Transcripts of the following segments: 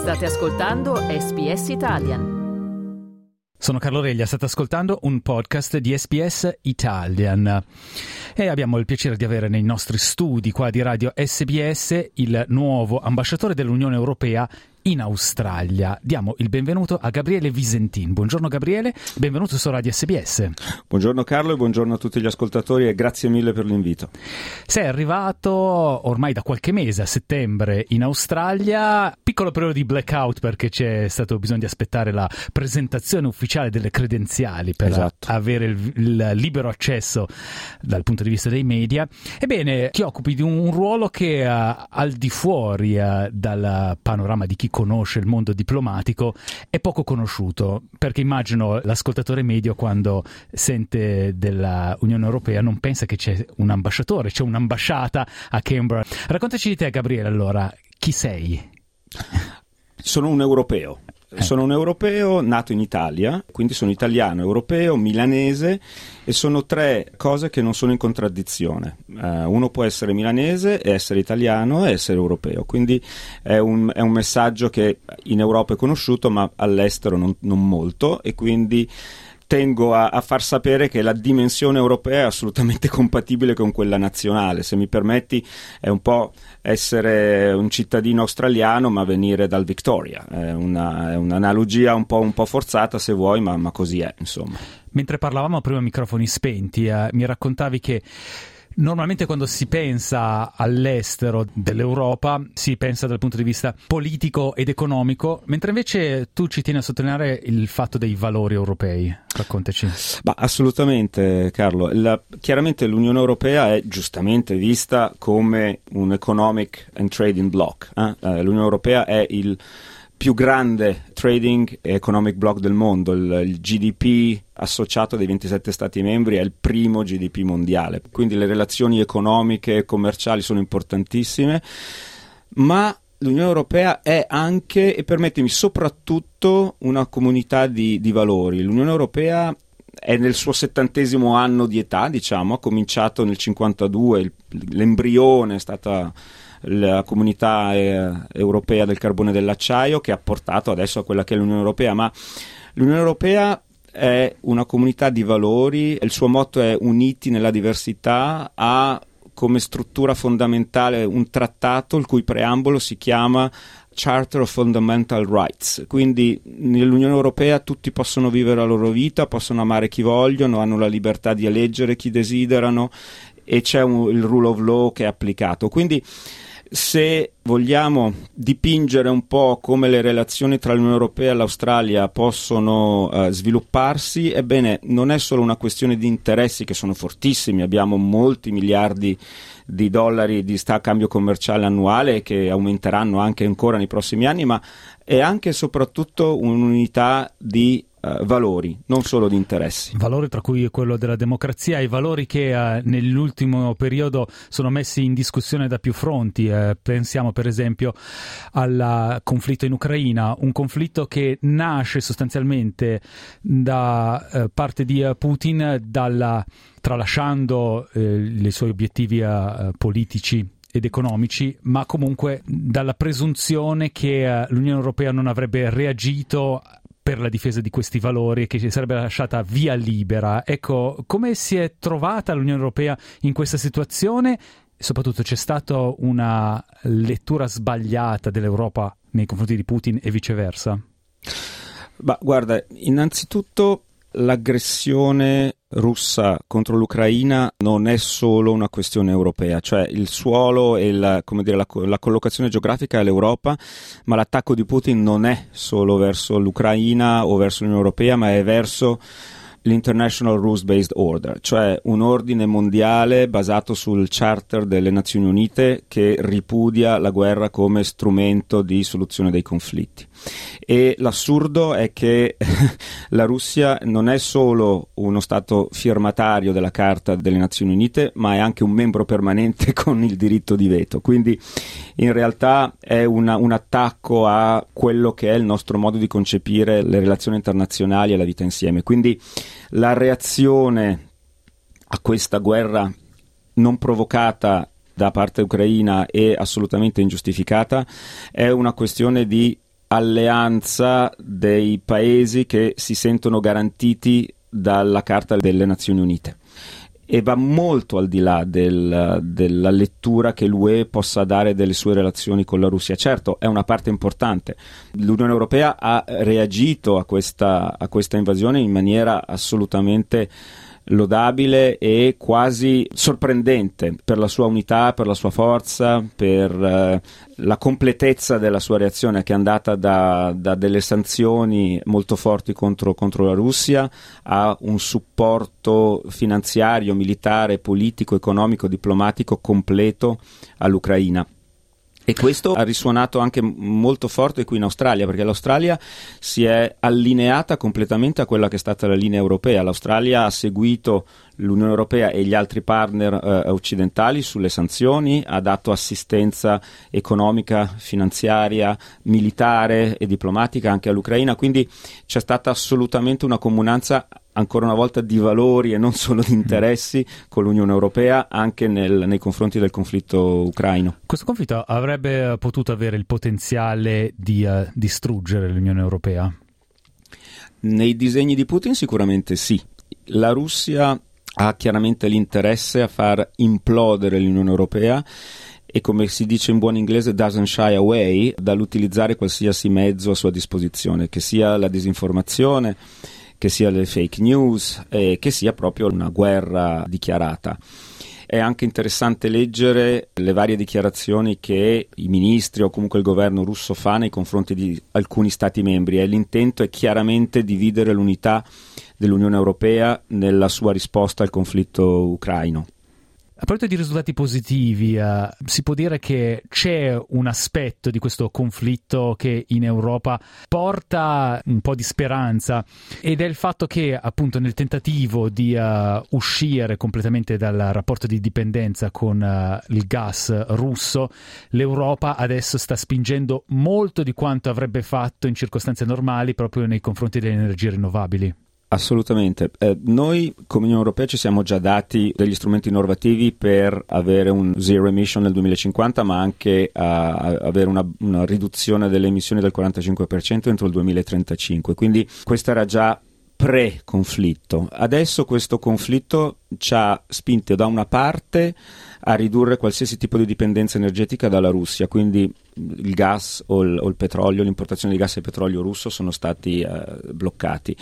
State ascoltando SBS Italian. Sono Carlo Reglia, state ascoltando un podcast di SBS Italian e abbiamo il piacere di avere nei nostri studi qua di radio SBS il nuovo ambasciatore dell'Unione Europea in Australia. Diamo il benvenuto a Gabriele Visentin. Buongiorno Gabriele, benvenuto su Radio SBS. Buongiorno Carlo e buongiorno a tutti gli ascoltatori e grazie mille per l'invito. Sei arrivato ormai da qualche mese, a settembre, in Australia. Piccolo periodo di blackout perché c'è stato bisogno di aspettare la presentazione ufficiale delle credenziali per avere il libero accesso dal punto di vista dei media. Ebbene, ti occupi di un ruolo che al di fuori dal panorama di chi conosce il mondo diplomatico è poco conosciuto, perché immagino l'ascoltatore medio quando sente della Unione Europea non pensa che c'è un ambasciatore, c'è un'ambasciata a Canberra. Raccontaci di te Gabriele, allora, chi sei? Sono un europeo. Sono un europeo nato in Italia, quindi sono italiano, europeo, milanese e sono tre cose che non sono in contraddizione. Uno può essere milanese e essere italiano e essere europeo, quindi è un messaggio che in Europa è conosciuto ma all'estero non molto, e quindi tengo a far sapere che la dimensione europea è assolutamente compatibile con quella nazionale. Se mi permetti, è un po' essere un cittadino australiano ma venire dal Victoria. È un'analogia un po' forzata se vuoi, ma così è, insomma. Mentre parlavamo prima a microfoni spenti, mi raccontavi che normalmente quando si pensa all'estero dell'Europa si pensa dal punto di vista politico ed economico, mentre invece tu ci tieni a sottolineare il fatto dei valori europei. Raccontaci. Assolutamente Carlo, chiaramente l'Unione Europea è giustamente vista come un economic and trading bloc. L'Unione Europea è il più grande trading e economic bloc del mondo. Il GDP associato dei 27 Stati membri è il primo GDP mondiale, quindi le relazioni economiche e commerciali sono importantissime, ma l'Unione Europea è anche, e permettimi, soprattutto una comunità di valori. L'Unione Europea è nel suo 70° anno di età, diciamo, ha cominciato nel 52, l'embrione è stata la comunità europea del carbone e dell'acciaio, che ha portato adesso a quella che è l'Unione Europea. Ma l'Unione Europea è una comunità di valori, il suo motto è uniti nella diversità, ha come struttura fondamentale un trattato il cui preambolo si chiama Charter of Fundamental Rights, quindi nell'Unione Europea tutti possono vivere la loro vita, possono amare chi vogliono, hanno la libertà di eleggere chi desiderano e c'è il rule of law che è applicato. Quindi se vogliamo dipingere un po' come le relazioni tra l'Unione Europea e l'Australia possono svilupparsi, ebbene non è solo una questione di interessi che sono fortissimi, abbiamo molti miliardi di dollari di cambio commerciale annuale che aumenteranno anche ancora nei prossimi anni, ma è anche e soprattutto un'unità di valori, non solo di interessi. Valori tra cui quello della democrazia, i valori che nell'ultimo periodo sono messi in discussione da più fronti. Pensiamo per esempio al conflitto in Ucraina, un conflitto che nasce sostanzialmente da parte di Putin tralasciando i suoi obiettivi politici ed economici, ma comunque dalla presunzione che l'Unione Europea non avrebbe reagito per la difesa di questi valori e che ci sarebbe lasciata via libera. Ecco, come si è trovata l'Unione Europea in questa situazione? E soprattutto c'è stata una lettura sbagliata dell'Europa nei confronti di Putin e viceversa? Guarda, innanzitutto l'aggressione russa contro l'Ucraina non è solo una questione europea, cioè il suolo e la collocazione geografica è l'Europa, ma l'attacco di Putin non è solo verso l'Ucraina o verso l'Unione Europea, ma è verso l'International Rules-Based Order, cioè un ordine mondiale basato sul Charter delle Nazioni Unite che ripudia la guerra come strumento di soluzione dei conflitti. E l'assurdo è che la Russia non è solo uno stato firmatario della Carta delle Nazioni Unite, ma è anche un membro permanente con il diritto di veto, quindi in realtà è un attacco a quello che è il nostro modo di concepire le relazioni internazionali e la vita insieme. Quindi la reazione a questa guerra non provocata da parte ucraina e assolutamente ingiustificata è una questione di alleanza dei paesi che si sentono garantiti dalla Carta delle Nazioni Unite. E va molto al di là della lettura che l'UE possa dare delle sue relazioni con la Russia. Certo, è una parte importante. L'Unione Europea ha reagito a questa invasione in maniera assolutamente lodabile e quasi sorprendente per la sua unità, per la sua forza, per la completezza della sua reazione, che è andata da delle sanzioni molto forti contro la Russia a un supporto finanziario, militare, politico, economico, diplomatico completo all'Ucraina. E questo ha risuonato anche molto forte qui in Australia, perché l'Australia si è allineata completamente a quella che è stata la linea europea. L'Australia ha seguito l'Unione Europea e gli altri partner occidentali sulle sanzioni, ha dato assistenza economica, finanziaria, militare e diplomatica anche all'Ucraina, quindi c'è stata assolutamente una comunanza ancora una volta di valori e non solo di interessi con l'Unione Europea anche nei confronti del conflitto ucraino. Questo conflitto avrebbe potuto avere il potenziale di distruggere l'Unione Europea? Nei disegni di Putin sicuramente sì. La Russia ha chiaramente l'interesse a far implodere l'Unione Europea e, come si dice in buon inglese, doesn't shy away dall'utilizzare qualsiasi mezzo a sua disposizione, che sia la disinformazione, che sia le fake news, che sia proprio una guerra dichiarata. È anche interessante leggere le varie dichiarazioni che i ministri o comunque il governo russo fa nei confronti di alcuni stati membri, e l'intento è chiaramente dividere l'unità dell'Unione Europea nella sua risposta al conflitto ucraino. A proposito di risultati positivi, si può dire che c'è un aspetto di questo conflitto che in Europa porta un po' di speranza, ed è il fatto che appunto nel tentativo di uscire completamente dal rapporto di dipendenza con il gas russo, l'Europa adesso sta spingendo molto di quanto avrebbe fatto in circostanze normali proprio nei confronti delle energie rinnovabili. Assolutamente. Noi come Unione Europea ci siamo già dati degli strumenti innovativi per avere un zero emission nel 2050, ma anche avere una riduzione delle emissioni del 45% entro il 2035. Quindi questo era già pre-conflitto. Adesso questo conflitto ci ha spinto da una parte a ridurre qualsiasi tipo di dipendenza energetica dalla Russia, quindi il gas o il petrolio, l'importazione di gas e petrolio russo sono stati bloccati.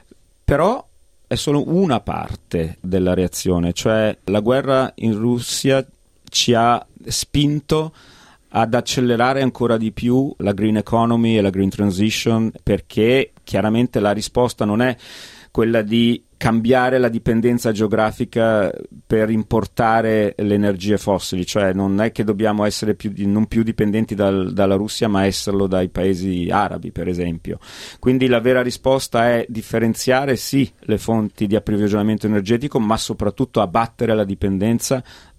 Però è solo una parte della reazione, cioè la guerra in Russia ci ha spinto ad accelerare ancora di più la green economy e la green transition, perché chiaramente la risposta non è quella di cambiare la dipendenza geografica per importare le energie fossili, cioè non è che dobbiamo essere non più dipendenti dalla Russia, ma esserlo dai paesi arabi, per esempio. Quindi la vera risposta è differenziare sì le fonti di approvvigionamento energetico, ma soprattutto abbattere la dipendenza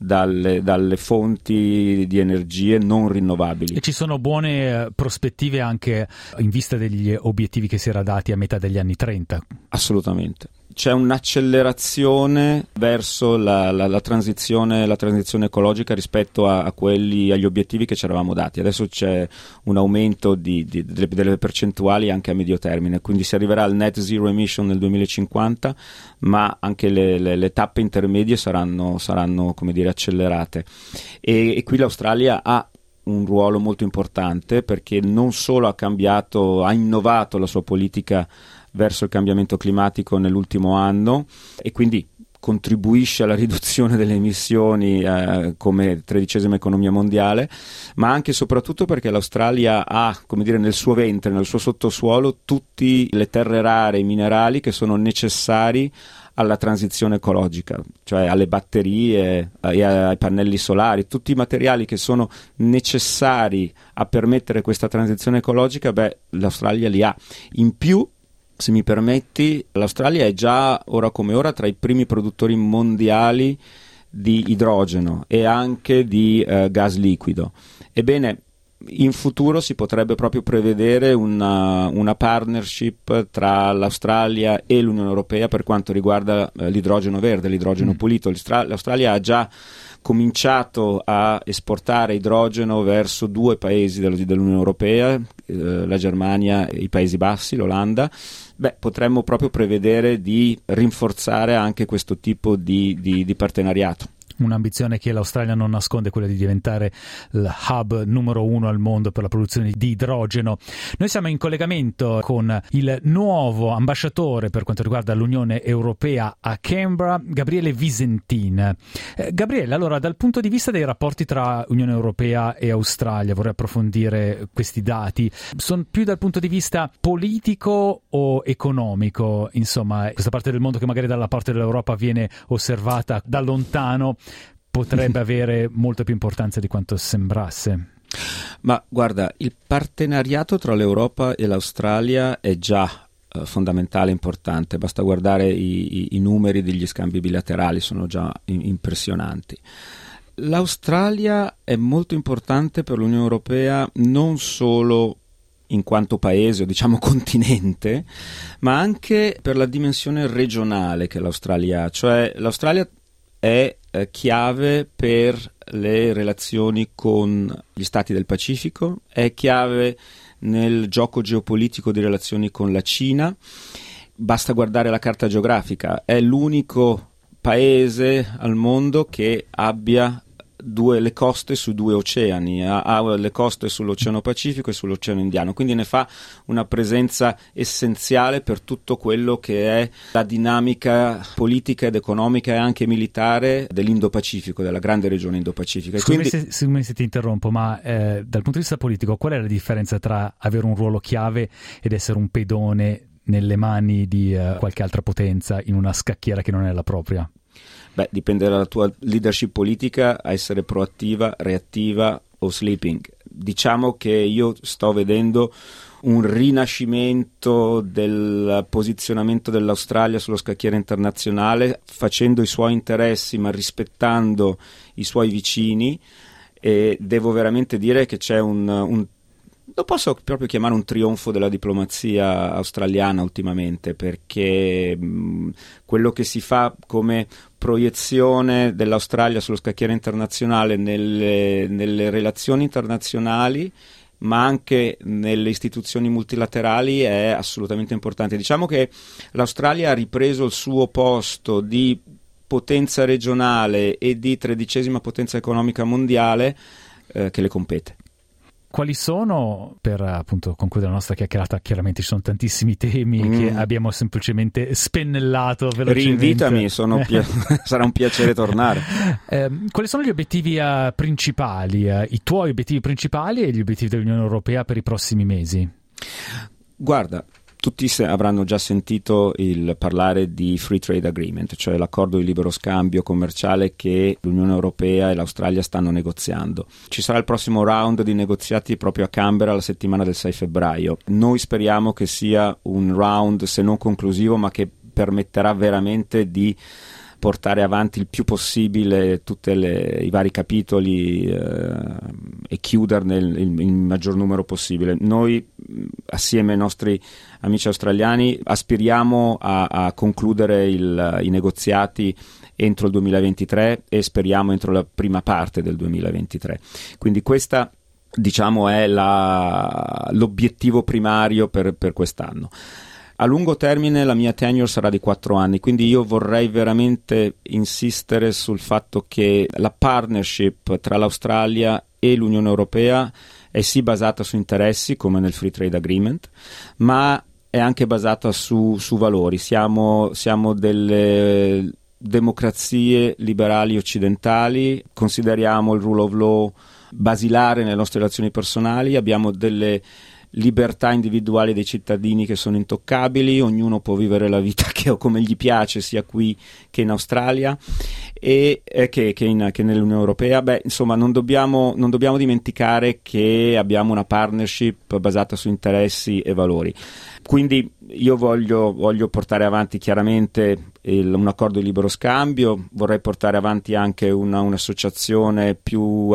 dalle fonti di energie non rinnovabili. E ci sono buone prospettive anche in vista degli obiettivi che si era dati a metà degli anni 30? Assolutamente. C'è un'accelerazione verso la transizione ecologica rispetto agli obiettivi che ci eravamo dati. Adesso c'è un aumento delle percentuali anche a medio termine, quindi si arriverà al net zero emission nel 2050, ma anche le tappe intermedie saranno come dire accelerate. E qui l'Australia ha un ruolo molto importante, perché non solo ha innovato la sua politica verso il cambiamento climatico nell'ultimo anno e quindi contribuisce alla riduzione delle emissioni come 13ª economia mondiale, ma anche e soprattutto perché l'Australia ha, come dire, nel suo ventre, nel suo sottosuolo, tutte le terre rare, i minerali che sono necessari alla transizione ecologica, cioè alle batterie e ai pannelli solari, tutti i materiali che sono necessari a permettere questa transizione ecologica, l'Australia li ha. In più, se mi permetti, l'Australia è già ora come ora tra i primi produttori mondiali di idrogeno e anche di gas liquido. Ebbene, in futuro si potrebbe proprio prevedere una partnership tra l'Australia e l'Unione Europea per quanto riguarda l'idrogeno verde, l'idrogeno pulito. L'Australia ha già cominciato a esportare idrogeno verso 2 paesi dell'Unione Europea, la Germania e i Paesi Bassi, l'Olanda. Potremmo proprio prevedere di rinforzare anche questo tipo di partenariato. Un'ambizione che l'Australia non nasconde, quella di diventare il hub numero 1 al mondo per la produzione di idrogeno. Noi siamo in collegamento con il nuovo ambasciatore per quanto riguarda l'Unione Europea a Canberra, Gabriele Visentin. Gabriele, allora, dal punto di vista dei rapporti tra Unione Europea e Australia, vorrei approfondire questi dati. Sono più dal punto di vista politico o economico? Insomma, questa parte del mondo che magari dalla parte dell'Europa viene osservata da lontano potrebbe avere molta più importanza di quanto sembrasse. Ma guarda, il partenariato tra l'Europa e l'Australia è già fondamentale, importante. Basta guardare i numeri degli scambi bilaterali, sono già impressionanti. L'Australia è molto importante per l'Unione Europea non solo in quanto paese o diciamo continente, ma anche per la dimensione regionale che l'Australia ha. Cioè l'Australia è chiave per le relazioni con gli stati del Pacifico, è chiave nel gioco geopolitico di relazioni con la Cina. Basta guardare la carta geografica, è l'unico paese al mondo che abbia le coste su 2 oceani, ha le coste sull'Oceano Pacifico e sull'Oceano Indiano, quindi ne fa una presenza essenziale per tutto quello che è la dinamica politica ed economica e anche militare dell'Indo-Pacifico, della grande regione Indo-Pacifica. Scusami se ti interrompo, ma dal punto di vista politico qual è la differenza tra avere un ruolo chiave ed essere un pedone nelle mani di qualche altra potenza in una scacchiera che non è la propria? Dipende dalla tua leadership politica a essere proattiva, reattiva o sleeping. Diciamo che io sto vedendo un rinascimento del posizionamento dell'Australia sullo scacchiere internazionale, facendo i suoi interessi ma rispettando i suoi vicini, e devo veramente dire che c'è lo posso proprio chiamare un trionfo della diplomazia australiana ultimamente, perché quello che si fa come proiezione dell'Australia sullo scacchiere internazionale nelle relazioni internazionali, ma anche nelle istituzioni multilaterali, è assolutamente importante. Diciamo che l'Australia ha ripreso il suo posto di potenza regionale e di 13ª potenza economica mondiale che le compete. Quali sono, per appunto concludere la nostra chiacchierata, chiaramente ci sono tantissimi temi che abbiamo semplicemente spennellato velocemente. Rinvitami, sarà un piacere tornare. Quali sono gli obiettivi principali, i tuoi obiettivi principali e gli obiettivi dell'Unione Europea per i prossimi mesi? Guarda, tutti avranno già sentito il parlare di Free Trade Agreement, cioè l'accordo di libero scambio commerciale che l'Unione Europea e l'Australia stanno negoziando. Ci sarà il prossimo round di negoziati proprio a Canberra la settimana del 6 febbraio. Noi speriamo che sia un round, se non conclusivo, ma che permetterà veramente di portare avanti il più possibile tutti i vari capitoli e chiuderne il maggior numero possibile. Noi, assieme ai nostri amici australiani, aspiriamo a concludere i negoziati entro il 2023 e speriamo entro la prima parte del 2023. Quindi questa, diciamo, è l'obiettivo primario per quest'anno. A lungo termine la mia tenure sarà di 4 anni, quindi io vorrei veramente insistere sul fatto che la partnership tra l'Australia e l'Unione Europea è sì basata su interessi, come nel Free Trade Agreement, ma è anche basata su valori. Siamo delle democrazie liberali occidentali, consideriamo il rule of law basilare nelle nostre relazioni personali, abbiamo delle libertà individuali dei cittadini che sono intoccabili, ognuno può vivere la vita come gli piace, sia qui che in Australia e che nell'Unione Europea. Insomma, non dobbiamo dimenticare che abbiamo una partnership basata su interessi e valori. Quindi io voglio portare avanti chiaramente un accordo di libero scambio, vorrei portare avanti anche un'associazione più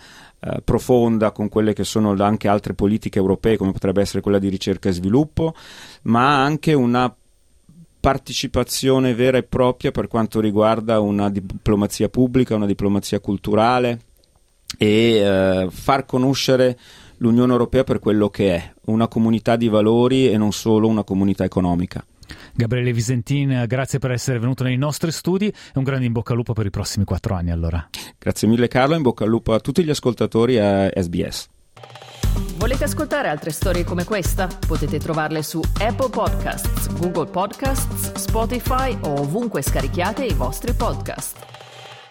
profonda con quelle che sono anche altre politiche europee, come potrebbe essere quella di ricerca e sviluppo, ma anche una partecipazione vera e propria per quanto riguarda una diplomazia pubblica, una diplomazia culturale e far conoscere l'Unione Europea per quello che è, una comunità di valori e non solo una comunità economica. Gabriele Visentin, grazie per essere venuto nei nostri studi e un grande in bocca al lupo per i prossimi 4 anni allora. Grazie mille Carlo, in bocca al lupo a tutti gli ascoltatori a SBS. Volete ascoltare altre storie come questa? Potete trovarle su Apple Podcasts, Google Podcasts, Spotify o ovunque scarichiate i vostri podcast.